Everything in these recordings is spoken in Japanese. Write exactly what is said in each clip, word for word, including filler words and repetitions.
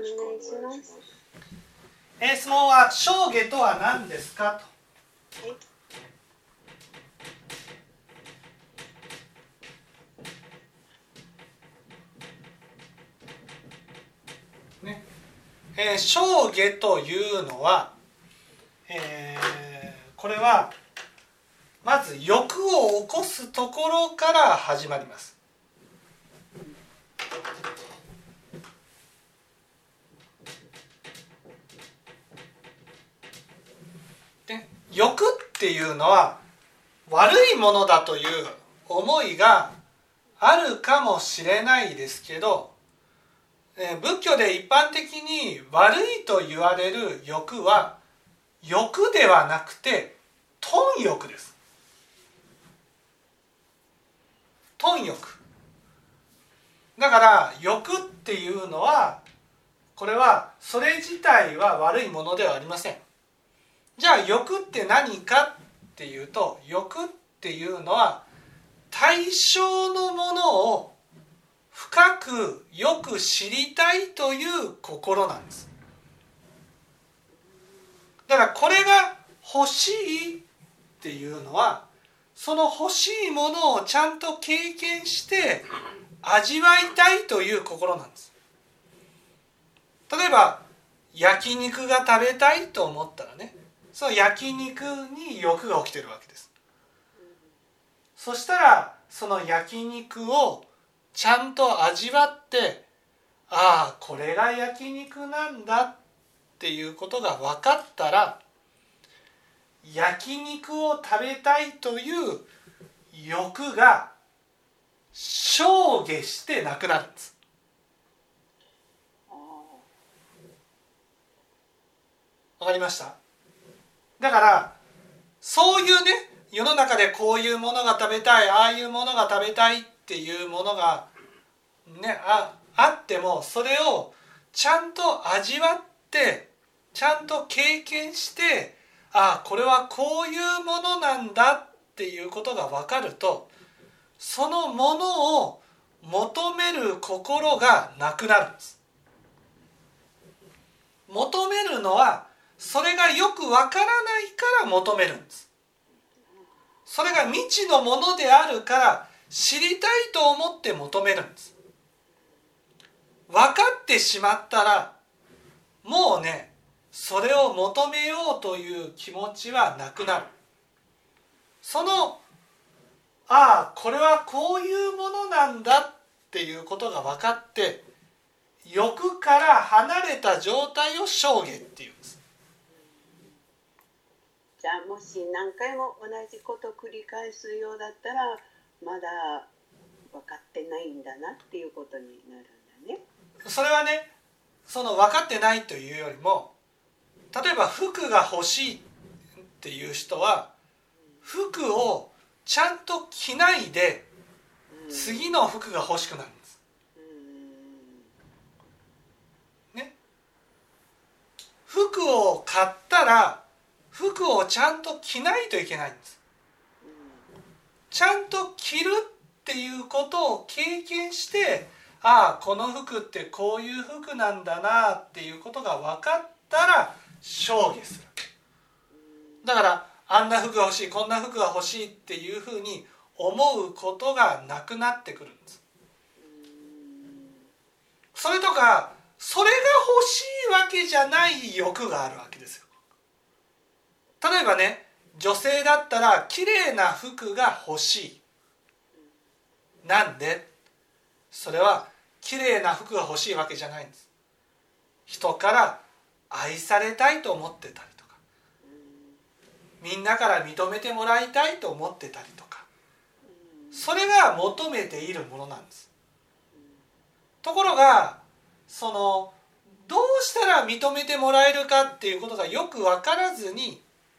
願いします。 えー、質問は生下とは何ですかと。 はいねえー、生下というのは、えー、これはまず欲を起こすところから始まります。で、欲っていうのは悪いものだという思いがあるかもしれないですけど、えー、仏教で一般的に悪いと言われる欲は欲ではなくて貪欲です。貪欲だから欲っていうのはこれはそれ自体は悪いものではありません。じゃあ欲って何かっていうと、欲っていうのは対象のものを深くよく知りたいという心なんです。だからこれが欲しいっていうのは、その欲しいものをちゃんと経験して味わいたいという心なんです。例えば焼肉が食べたいと思ったらね、その焼肉に欲が起きてるわけです。そしたらその焼肉をちゃんと味わって、ああこれが焼肉なんだっていうことが分かったら、焼肉を食べたいという欲が生下してなくなるんです。わかりました？だからそういうね、世の中でこういうものが食べたい、ああいうものが食べたいっていうものが、ね、あ、あってもそれをちゃんと味わってちゃんと経験して、ああこれはこういうものなんだっていうことが分かると、そのものを求める心がなくなるんです。求めるのはそれがよく分からないから求めるんです。それが未知のものであるから知りたいと思って求めるんです。分かってしまったらもうね、それを求めようという気持ちはなくなる。そのああこれはこういうものなんだっていうことが分かって、欲から離れた状態を生下っていうんです。 じゃあもし何回も同じことを繰り返すようだったら、まだ分かってないんだなっていうことになるんだね。 それはね、その分かってないというよりも、例えば服が欲しいっていう人は服をちゃんと着ないで次の服が欲しくなるんです、ね、服を買ったら服をちゃんと着ないといけないんです。ちゃんと着るっていうことを経験して、ああこの服ってこういう服なんだなっていうことが分かったら生下する。だからあんな服が欲しい、こんな服が欲しいっていうふうに思うことがなくなってくるんです。それとかそれが欲しいわけじゃない欲があるわけですよ。例えばね、女性だったら綺麗な服が欲しい。なんで？それは綺麗な服が欲しいわけじゃないんです。人から愛されたいと思ってたりとか、みんなから認めてもらいたいと思ってたりとか、それが求めているものなんです。ところがそのどうしたら認めてもらえるかっていうことがよく分からずに、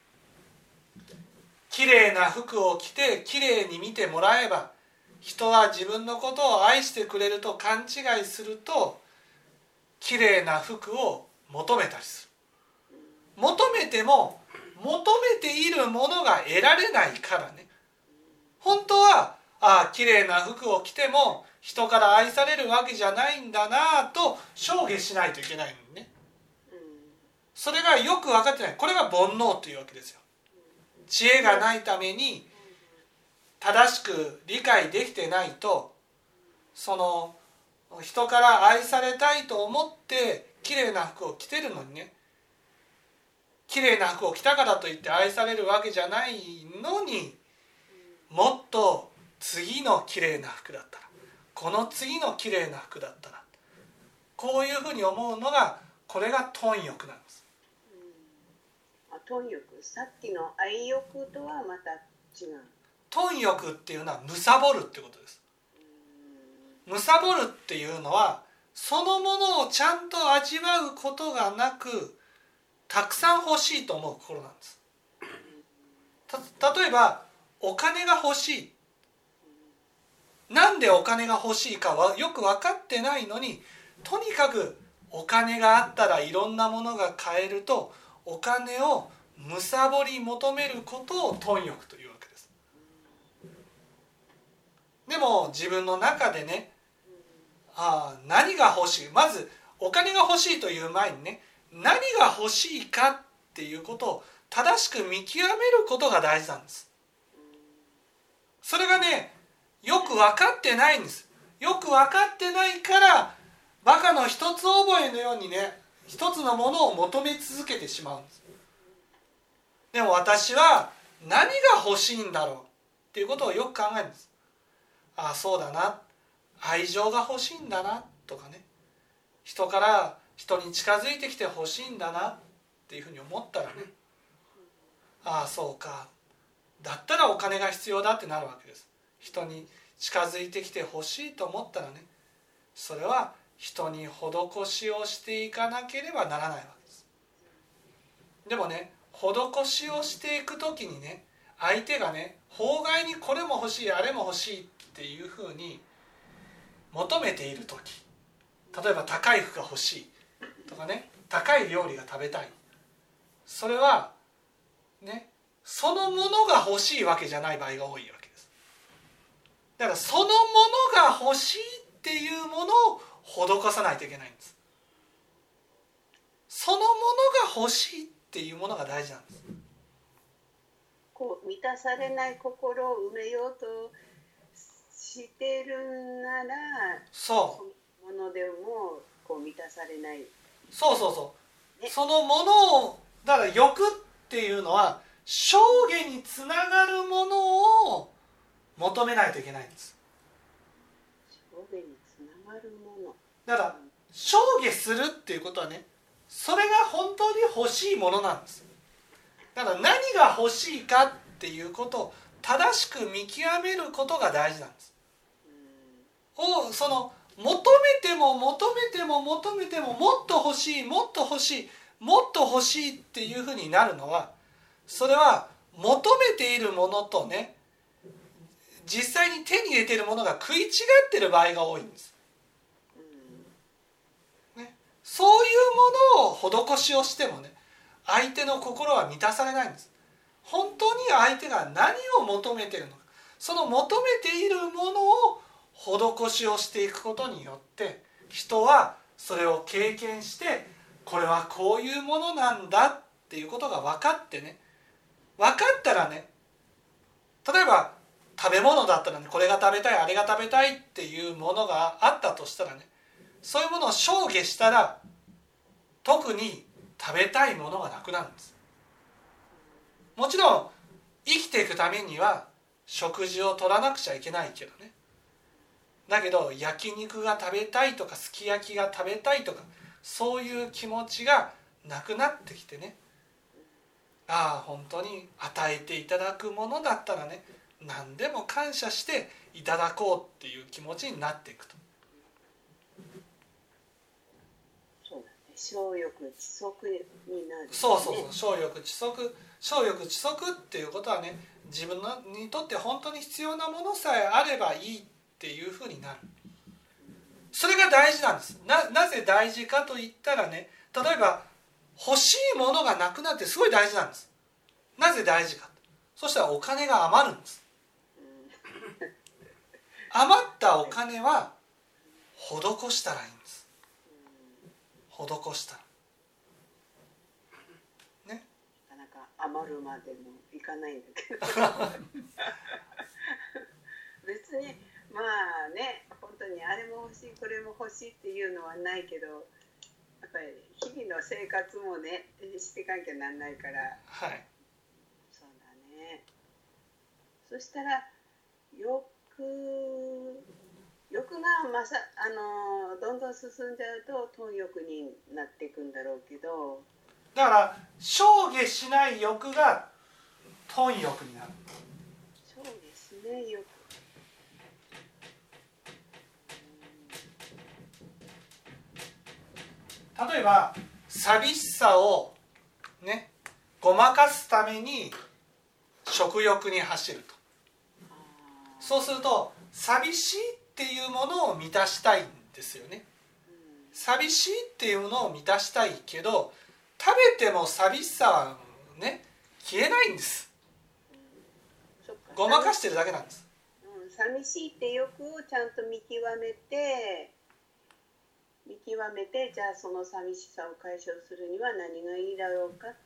綺麗な服を着て綺麗に見てもらえば人は自分のことを愛してくれると勘違いすると、綺麗な服を求めたりする。求めても求めているものが得られないからね。本当はああ綺麗な服を着ても人から愛されるわけじゃないんだなと証言しないといけないのにね。それがよく分かってない。これが煩悩というわけですよ。知恵がないために正しく理解できてないと、その人から愛されたいと思ってきれいな服を着てるのにね、きれいな服を着たからといって愛されるわけじゃないのに、もっと次のきれいな服だったら、この次のきれいな服だったら、こういうふうに思うのが、これが貪欲なんです。 うん、あ、貪欲、さっきの愛欲とはまた違う。 貪欲っていうのは貪るってことです。貪るっていうのはそのものをちゃんと味わうことがなく、たくさん欲しいと思う心なんです。た例えばお金が欲しい、なんでお金が欲しいかはよく分かってないのに、とにかくお金があったらいろんなものが買えると、お金を貪り求めることを貪欲というわけです。でも自分の中でね、ああ何が欲しい、まずお金が欲しいという前にね、何が欲しいかっていうことを正しく見極めることが大事なんです。それがね、よく分かってないんです。よく分かってないからバカの一つ覚えのようにね、一つのものを求め続けてしまうんです。でも私は何が欲しいんだろうっていうことをよく考えるんです。ああそうだな、愛情が欲しいんだなとかね、人から人に近づいてきて欲しいんだなっていうふうに思ったらね、ああそうか、だったらお金が必要だってなるわけです。人に近づいてきて欲しいと思ったらね、それは人に施しをしていかなければならないわけです。でもね、施しをしていくときにね、相手がね、法外にこれも欲しいあれも欲しいっていうふうに求めているとき、例えば高い服が欲しいとかね、高い料理が食べたい、それはね、そのものが欲しいわけじゃない場合が多いわけです。だからそのものが欲しいっていうものを施さないといけないんです。そのものが欲しいっていうものが大事なんです。 こう満たされない心を埋めようとしてるなら、 そうそのものでもこう満たされない。 そうそうそう、 ね、 そのものを、だから欲っていうのは証言につながるものを求めないといけないんです。 証言につながるものだから証言するっていうことはね、それが本当に欲しいものなんです。だから何が欲しいかっていうことを正しく見極めることが大事なんです。をその求めても求めても求めてももっと欲しいもっと欲しいもっと欲しいっていうふうになるのは、それは求めているものとね、実際に手に入れているものが食い違っている場合が多いんです、ね、そういうものを施しをしてもね、相手の心は満たされないんです。本当に相手が何を求めているのか、その求めているものを施しをしていくことによって人はそれを経験して、これはこういうものなんだっていうことが分かってね、分かったらね、例えば食べ物だったらね、これが食べたいあれが食べたいっていうものがあったとしたらね、そういうものを証言したら特に食べたいものがなくなるんです。もちろん生きていくためには食事を取らなくちゃいけないけどね、だけど焼肉が食べたいとかすき焼きが食べたいとか、そういう気持ちがなくなってきてね、ああ本当に与えていただくものだったらね、何でも感謝していただこうっていう気持ちになっていくと。 そうだね、小欲知足になる、ね、 そうそうそう、小欲知足、小欲知足っていうことはね、自分にとって本当に必要なものさえあればいいっていうふうになる。それが大事なんです。 な, なぜ大事かと言ったらね、例えば欲しいものがなくなってすごい大事なんです。なぜ大事か、そしたらお金が余るんです。 余ったお金は施したらいいんです。施したらね。 なかなか余るまでもいかないんだけど別にまあね、本当にあれも欲しいこれも欲しいっていうのはないけど、やっぱり日々の生活もねしていかなきゃなんないから、 はい、 そうだね。そしたら欲欲がまさあのどんどん進んじゃうと貪欲になっていくんだろうけど、 だから生下しない欲が貪欲になる。 そうですね、欲。 例えば寂しさをねごまかすために食欲に走ると。そうすると寂しいっていうものを満たしたいんですよね。寂しいっていうものを満たしたいけど、食べても寂しさはね消えないんです。ごまかしてるだけなんです。 うん、寂しいって欲をちゃんと見極めて見極めて、じゃあその寂しさを解消するには何がいいだろうかって、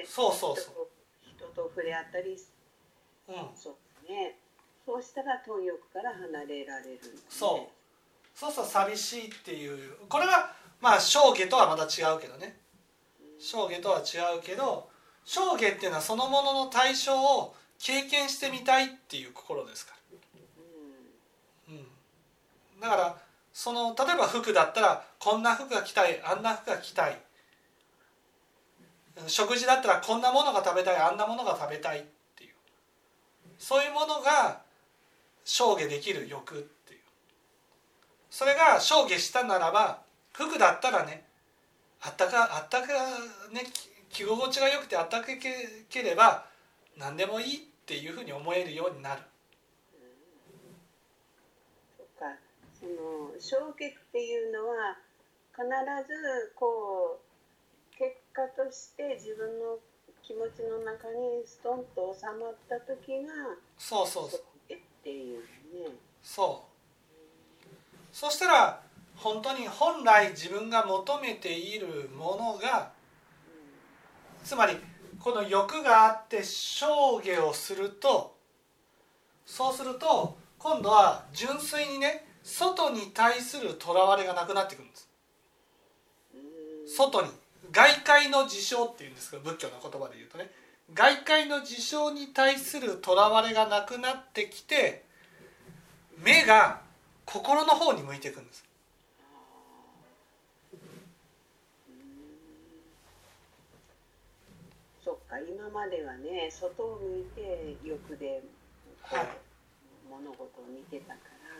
そうそうそう、 人と触れ合ったり、 うん、 そうね、そうしたら貪欲から離れられるんだね。 そうそうそう、寂しいっていう、これはまあ生下とはまた違うけどね、生下とは違うけど、生下っていうのはそのものの対象を経験してみたいっていう心ですから、うんうん、だからその例えば服だったらこんな服が着たい、あんな服が着たい、食事だったらこんなものが食べたい、あんなものが食べたいっていう、そういうものが生下できる欲っていう、それが生下したならば、服だったらね、あったかあったかね、着心地が良くてあったかければ何でもいいっていうふうに思えるようになる。 そっか、その生下っていうのは必ずこう結果として自分の気持ちの中にストンと収まった時が、 そうそうそうっていうね。 そうそしたら本当に本来自分が求めているものが、うん、つまりこの欲があって生下をすると、そうすると今度は純粋にね、外に対するとらわれがなくなってくるんです。外に、外界の事象っていうんですけど、仏教の言葉で言うとね、外界の事象に対するとらわれがなくなってきて、目が心の方に向いていくんです。 そっか、今まではね、外を向いて欲でこう、はい、物事を見てたから。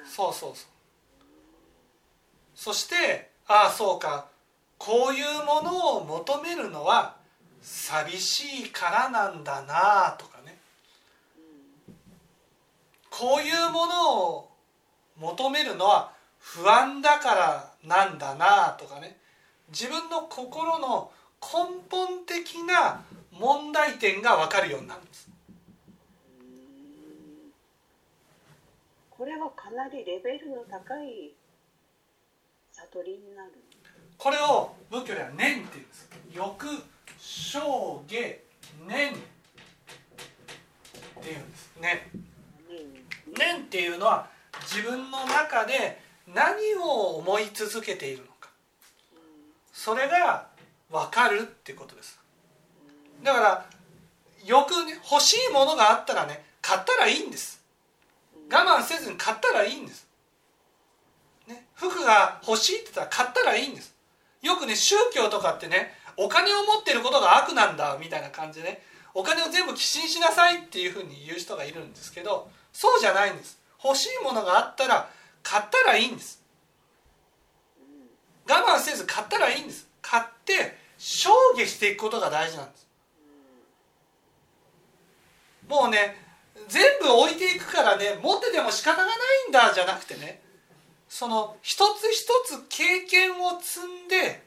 そうそうそう。そしてああそうか、こういうものを求めるのは寂しいからなんだなとかね、うん、こういうものを求めるのは不安だからなんだなとかね、自分の心の根本的な問題点が分かるようになるんです。 これはかなりレベルの高い悟りになる。 これを仏教では念って言うんです。欲生下念って言うんです。念。念っていうのは自分の中で何を思い続けているのか、それが分かるっていうことです。だから欲ね、欲しいものがあったらね、買ったらいいんです。我慢せずに買ったらいいんです、ね、服が欲しいって言ったら買ったらいいんです。よくね、宗教とかってね、お金を持ってることが悪なんだみたいな感じでね、お金を全部寄進しなさいっていうふうに言う人がいるんですけど、そうじゃないんです。欲しいものがあったら買ったらいいんです。我慢せず買ったらいいんです。買って生下していくことが大事なんです。もうね、全部置いていくからね、持ってても仕方がないんだじゃなくてね、その一つ一つ経験を積んで、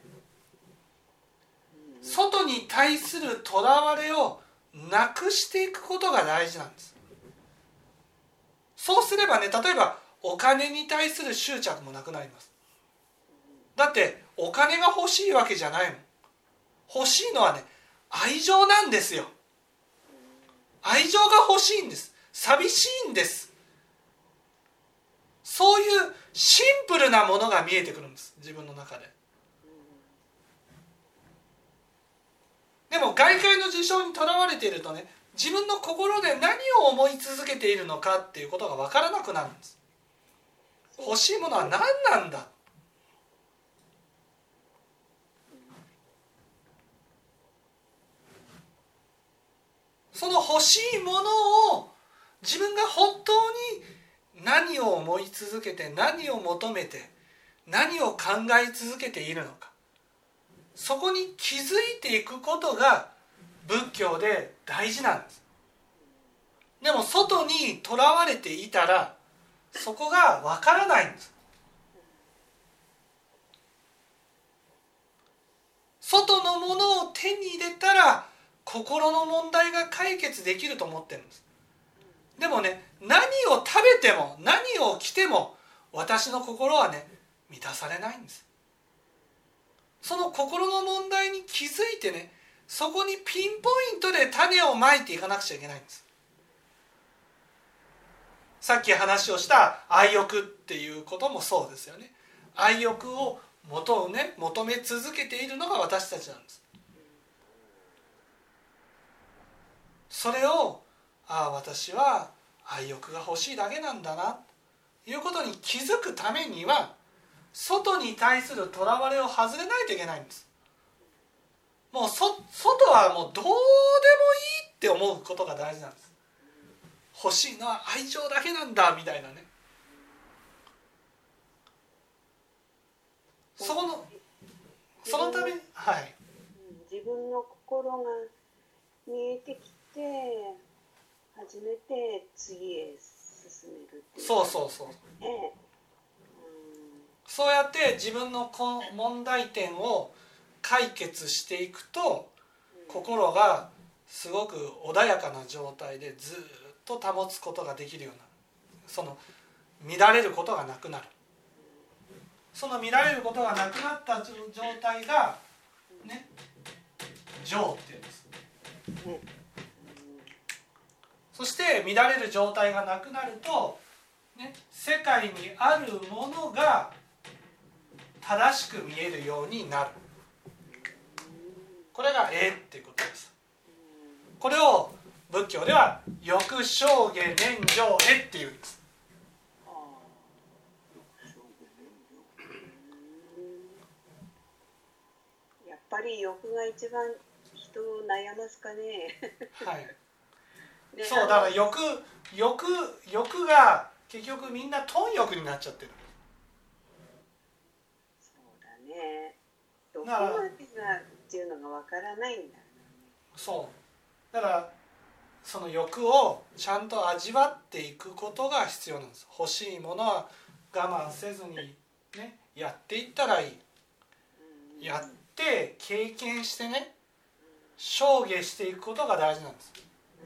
外に対するとらわれをなくしていくことが大事なんです。そうすればね、例えばお金に対する執着もなくなります。だってお金が欲しいわけじゃないもん。欲しいのはね、愛情なんですよ。愛情が欲しいんです。寂しいんです。そういうシンプルなものが見えてくるんです、自分の中で。でも外界の事象にとらわれているとね、自分の心で何を思い続けているのかっていうことが分からなくなるんです。欲しいものは何なんだ。その欲しいものを自分が本当に何を思い続けて、何を求めて、何を考え続けているのか、そこに気づいていくことが仏教で大事なんです。でも外にとらわれていたらそこがわからないんです。外のものを手に入れたら心の問題が解決できると思ってるんです。でもね、何を食べても何を着ても私の心はね、満たされないんです。その心の問題に気づいてね、そこにピンポイントで種をまいていかなくちゃいけないんです。さっき話をした愛欲っていうこともそうですよね。愛欲を求め、ね、求め続けているのが私たちなんです。それを、ああ私は愛欲が欲しいだけなんだなということに気づくためには、外に対するとらわれを外れないといけないんです。もうそ外はもうどうでもいいって思うことが大事なんです。欲しいのは愛情だけなんだみたいなね。そのそのために、はい、 自分の心が見えてきて初めて次へ進めるっていう。 そうそうそう、 ええ、うん、 そうやって自分の問題点を解決していくと、心がすごく穏やかな状態でずっと保つことができるような、その乱れることがなくなる。その乱れることがなくなった状態がね、情っていうんです。そして乱れる状態がなくなると、ね、世界にあるものが正しく見えるようになる。これがえっていうことです。これを仏教では欲生下念定えっていうんです。 やっぱり欲が一番人を悩ますかね。 はい。そうだから欲欲欲が結局みんな貪欲になっちゃってる。 そうだね。どこまでがっていうのがわからないんだ。 そうだからその欲をちゃんと味わっていくことが必要なんです。欲しいものは我慢せずに、ね、やっていったらいい。やって経験してね、生下していくことが大事なんです。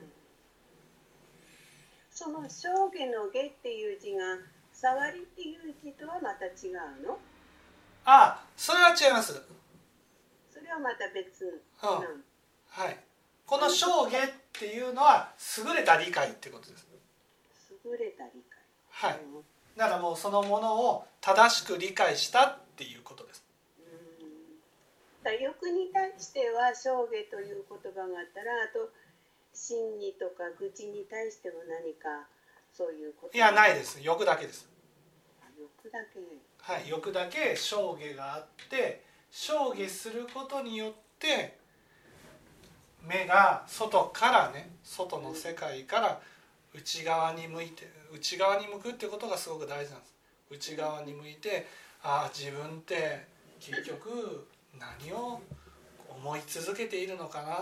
その生下の下っていう字が触りっていう字とはまた違うの？ ああ、それは違います。 それはまた別。 うん、はい。この生下っていうのは優れた理解ってことです。 優れた理解。はい。だからもうそのものを正しく理解したっていうことです。 うん、だ欲に対しては生下という言葉があったら、あと真にとか愚痴に対しても何かそういうこと？ いや、ないです。欲だけです。 欲だけ。 はい、欲だけ生下があって、生下することによって目が外からね、外の世界から内側に向いて、内側に向くってことがすごく大事なんです。内側に向いて、ああ自分って結局何を思い続けているのかな、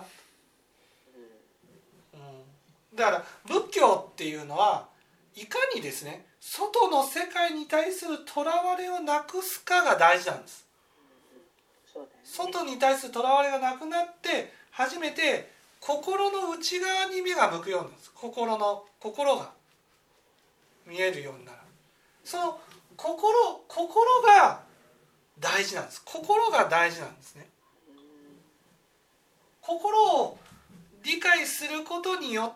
うん、だから仏教っていうのはいかにですね、外の世界に対するとらわれをなくすかが大事なんです。 そうだよね。 外に対するとらわれがなくなって初めて心の内側に目が向くようになるんです。心の心が見えるようになる。 その心心が大事なんです。心が大事なんですね。心を理解することによって、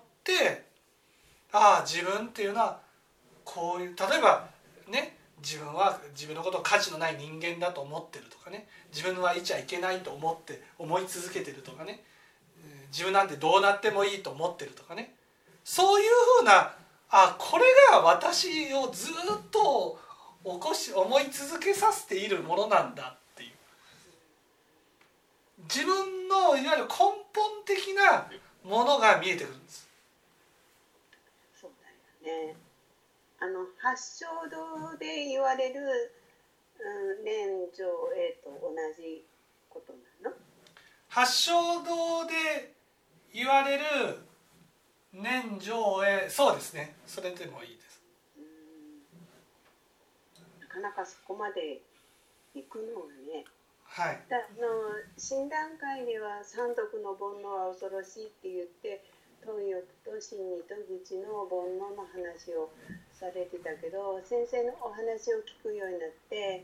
ああ自分っていうのはこういう、例えばね、自分は自分のことを価値のない人間だと思ってるとかね、自分はいちゃいけないと思って思い続けてるとかね、自分なんてどうなってもいいと思ってるとかね、そういうふうな、あ、これが私をずっと起こし思い続けさせているものなんだっていう、自分のいわゆる根本的なものが見えてくるんです。 そうだよね。あの八正道で言われる、うん、念上映と同じことなの？ 八正道で言われる念上映、そうですね、それでもいいです。 うん、なかなかそこまで行くのはね、 はい、 だの診断会では三毒の煩悩は恐ろしいって言って、貪欲と真理と愚痴の煩悩の話をされてたけど、先生のお話を聞くようになって、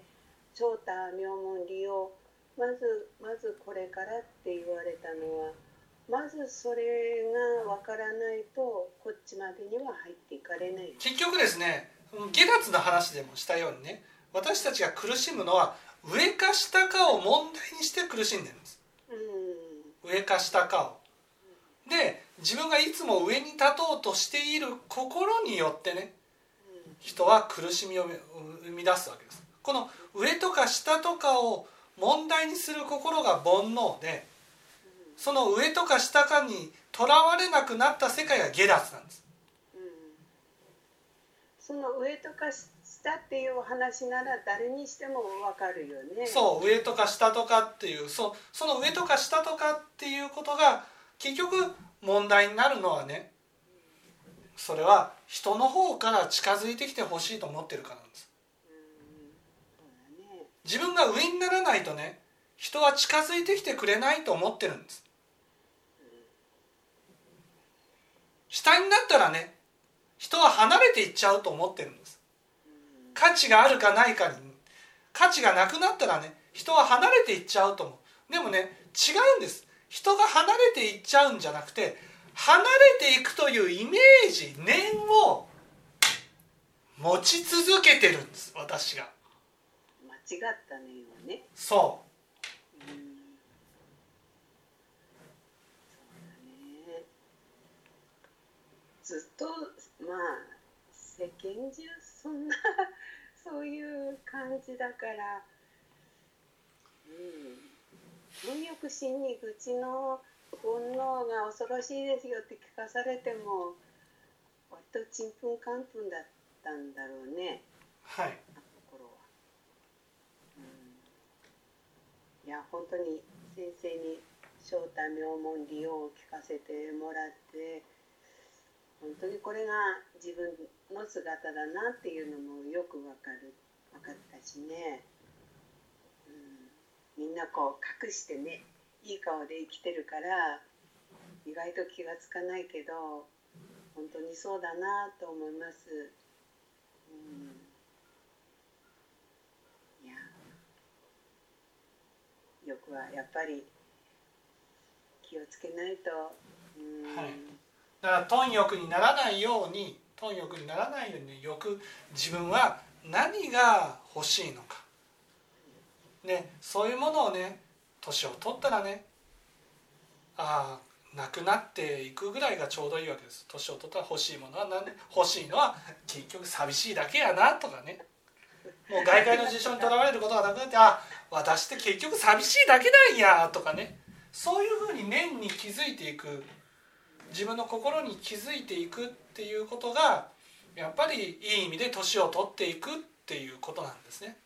正太妙門理をまずまずこれからって言われたのは、まずそれがわからないとこっちまでには入っていかれない。 結局ですね、下脱の話でもしたようにね、私たちが苦しむのは上か下かを問題にして苦しんでるんです。うん、上か下かを。で、自分がいつも上に立とうとしている心によってね、人は苦しみを生み出すわけです。この上とか下とかを問題にする心が煩悩で、その上とか下かにとらわれなくなった世界が下脱なんです。 うん、その上とか下っていう話なら誰にしても分かるよね。 そう、上とか下とかっていう、そ, その上とか下とかっていうことが結局問題になるのはね、それは人の方から近づいてきてほしいと思ってるからなんです。うん、そうだね。自分が上にならないとね、人は近づいてきてくれないと思ってるんです。下になったらね、人は離れていっちゃうと思ってるんです。価値があるかないかに、価値がなくなったらね、人は離れていっちゃうと思う。でもね、違うんです。人が離れていっちゃうんじゃなくて、離れていくというイメージ、念を持ち続けてるんです、私が。 間違った念をね。 そう。うん、 そうだね。ずっとまあ世間中そんなそういう感じだから、うん、貪欲心に愚痴の煩悩が恐ろしいですよって聞かされても割とちんぷんかんぷんだったんだろうね。 はい。 あの頃は、うん、いや本当に先生に正太妙門理を聞かせてもらって、本当にこれが自分の姿だなっていうのもよくわかる分かったしね、うん、みんなこう隠してね、いい顔で生きてるから意外と気がつかないけど本当にそうだなと思います、うん、いやよくはやっぱり気をつけないと、うん、 はい。だから貪欲にならないように貪欲にならないようによく自分は何が欲しいのか、ね、そういうものをね、年を取ったらね、ああなくなっていくぐらいがちょうどいいわけです。年を取ったら欲しいものは何で、欲しいのは結局寂しいだけやなとかね、もう外界の事象にとらわれることがなくなって、あ私って結局寂しいだけなんやとかね、そういうふうに念に気づいていく、自分の心に気づいていくっていうことがやっぱりいい意味で年を取っていくっていうことなんですね。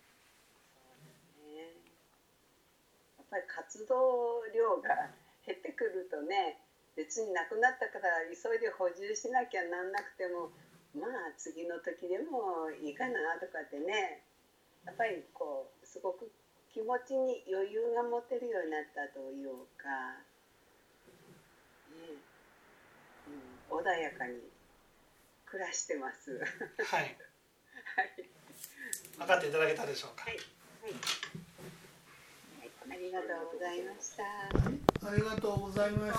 やっぱり活動量が減ってくるとね、別になくなったから急いで補充しなきゃなんなくても、まあ次の時でもいいかなとかってね、やっぱりこうすごく気持ちに余裕が持てるようになったというか、ね、うん、穏やかに暮らしてます。 はい。 はい。 分かっていただけたでしょうか。 はいはいはい、ありがとうございました。 ありがとうございました。